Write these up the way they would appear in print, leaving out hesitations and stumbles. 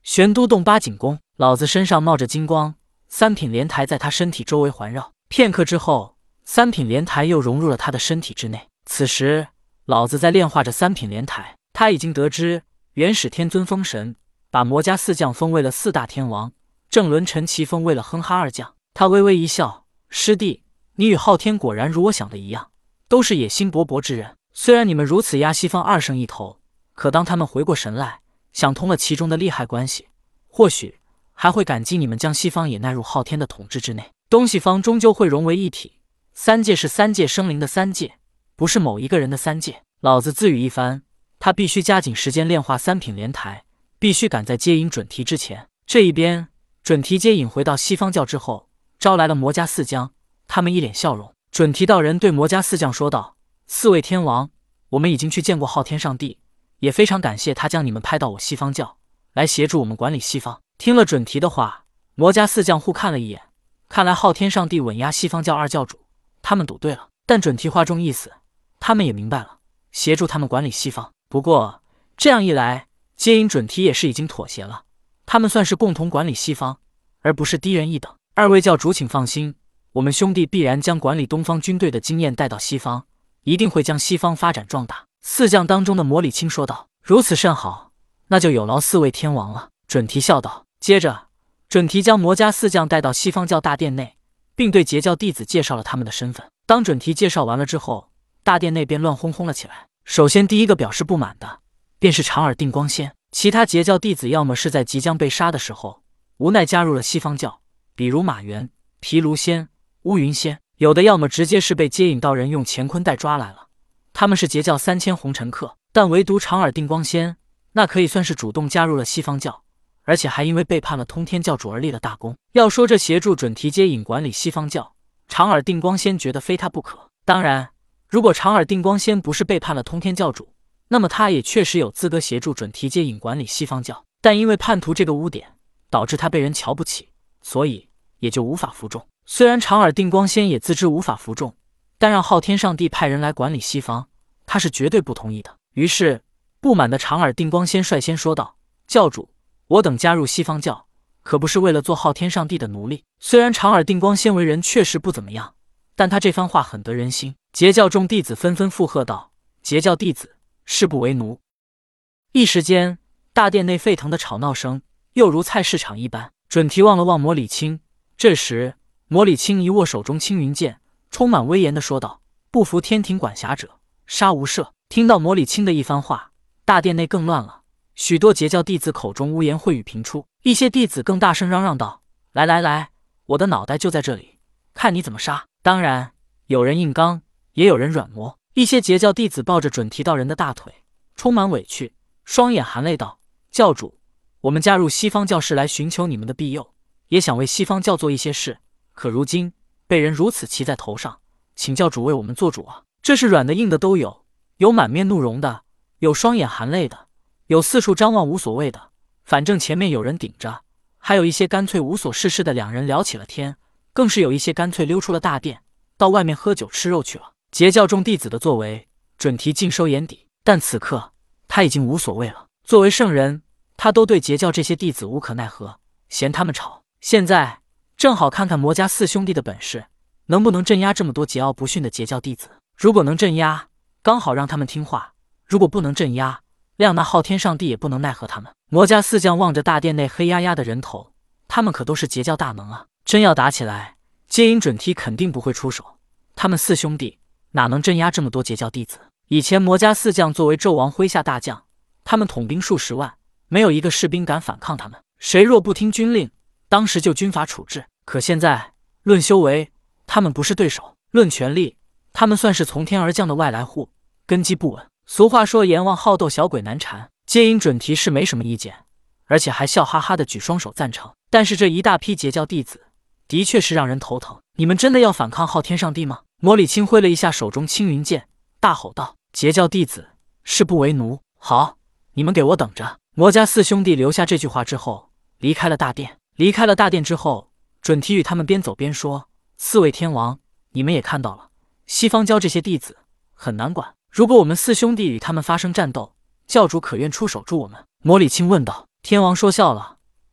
玄都洞八景宫，老子身上冒着金光，三品莲台在他身体周围环绕。片刻之后，三品莲台又融入了他的身体之内。此时，老子在炼化着三品莲台。他已经得知，元始天尊封神，把魔家四将封为了四大天王，正伦、陈奇封为了哼哈二将。他微微一笑：“师弟，你与昊天果然如我想的一样，都是野心勃勃之人。虽然你们如此压西方二圣一头，可当他们回过神来，想通了其中的利害关系，或许还会感激你们将西方也纳入昊天的统治之内。东西方终究会融为一体。三界是三界生灵的三界，不是某一个人的三界。”老子自语一番，他必须加紧时间炼化三品莲台，必须赶在接引准提之前。这一边，准提接引回到西方教之后，招来了魔家四将，他们一脸笑容。准提道人对魔家四将说道：“四位天王，我们已经去见过昊天上帝，也非常感谢他将你们派到我西方教来协助我们管理西方。”听了准提的话，魔家四将互看了一眼，看来昊天上帝稳压西方教二教主，他们赌对了。但准提话中意思，他们也明白了，协助他们管理西方。不过这样一来，接引准提也是已经妥协了，他们算是共同管理西方，而不是低人一等。二位教主请放心，我们兄弟必然将管理东方军队的经验带到西方，一定会将西方发展壮大。四将当中的魔礼青说道：“如此甚好，那就有劳四位天王了。”准提笑道。接着，准提将魔家四将带到西方教大殿内，并对截教弟子介绍了他们的身份。当准提介绍完了之后，大殿内便乱哄哄了起来。首先第一个表示不满的便是长耳定光仙，其他截教弟子要么是在即将被杀的时候无奈加入了西方教，比如马元、毗卢仙、乌云仙，有的要么直接是被接引道人用乾坤袋抓来了，他们是截教3000红尘客。但唯独长耳定光仙，那可以算是主动加入了西方教，而且还因为背叛了通天教主而立了大功。要说这协助准提接引管理西方教，长耳定光仙觉得非他不可。当然，如果长耳定光仙不是背叛了通天教主，那么他也确实有资格协助准提接引管理西方教。但因为叛徒这个污点，导致他被人瞧不起，所以也就无法服众。虽然长耳定光仙也自知无法服众，但让昊天上帝派人来管理西方，他是绝对不同意的。于是不满的长耳定光仙率先说道：“教主，我等加入西方教，可不是为了做昊天上帝的奴隶。”虽然长耳定光仙为人确实不怎么样，但他这番话很得人心。截教众弟子纷纷附和道：“截教弟子，誓不为奴。”一时间，大殿内沸腾的吵闹声又如菜市场一般。准提望了望魔礼青，这时魔礼青一握手中青云剑，充满威严地说道：“不服天庭管辖者，杀无赦。”听到魔礼青的一番话，大殿内更乱了，许多截教弟子口中污言秽语频出，一些弟子更大声嚷嚷道：“来来来，我的脑袋就在这里，看你怎么杀！”当然，有人硬刚，也有人软磨。一些截教弟子抱着准提道人的大腿，充满委屈，双眼含泪道：“教主，我们加入西方教是来寻求你们的庇佑，也想为西方教做一些事，可如今被人如此骑在头上，请教主为我们做主啊！”这是软的硬的都有，有满面怒容的，有双眼含泪的，有四处张望无所谓的，反正前面有人顶着，还有一些干脆无所事事的两人聊起了天，更是有一些干脆溜出了大殿，到外面喝酒吃肉去了。截教众弟子的作为，准提尽收眼底，但此刻他已经无所谓了。作为圣人，他都对截教这些弟子无可奈何，嫌他们吵。现在正好看看魔家四兄弟的本事，能不能镇压这么多桀骜不驯的截教弟子。如果能镇压，刚好让他们听话；如果不能镇压，谅那昊天上帝也不能奈何他们。魔家四将望着大殿内黑压压的人头，他们可都是截教大能啊！真要打起来，接引准提肯定不会出手，他们四兄弟哪能镇压这么多截教弟子？以前魔家四将作为纣王麾下大将，他们统兵数十万，没有一个士兵敢反抗他们，谁若不听军令，当时就军法处置。可现在论修为，他们不是对手；论权力，他们算是从天而降的外来户，根基不稳。俗话说阎王好斗，小鬼难缠。接引准提是没什么意见，而且还笑哈哈的举双手赞成。但是这一大批截教弟子的确是让人头疼。你们真的要反抗昊天上帝吗？魔礼青挥了一下手中青云剑，大吼道：“截教弟子誓不为奴！好，你们给我等着！”魔家四兄弟留下这句话之后，离开了大殿。离开了大殿之后，准提与他们边走边说：“四位天王，你们也看到了，西方教这些弟子很难管。如果我们四兄弟与他们发生战斗，教主可愿出手助我们？”魔礼青问道。天王说笑了：“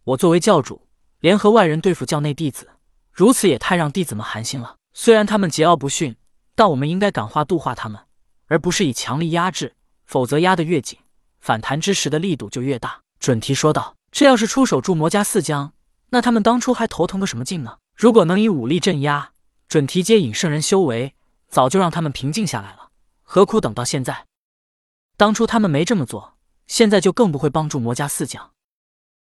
我作为教主，联合外人对付教内弟子，如此也太让弟子们寒心了。虽然他们桀骜不驯，但我们应该感化度化他们，而不是以强力压制，否则压得越紧，反弹之时的力度就越大。准提说道：“这要是出手助魔家四将，那他们当初还头疼个什么劲呢？如果能以武力镇压，准提接引圣人修为，早就让他们平静下来了，何苦等到现在？当初他们没这么做，现在就更不会帮助魔家四将。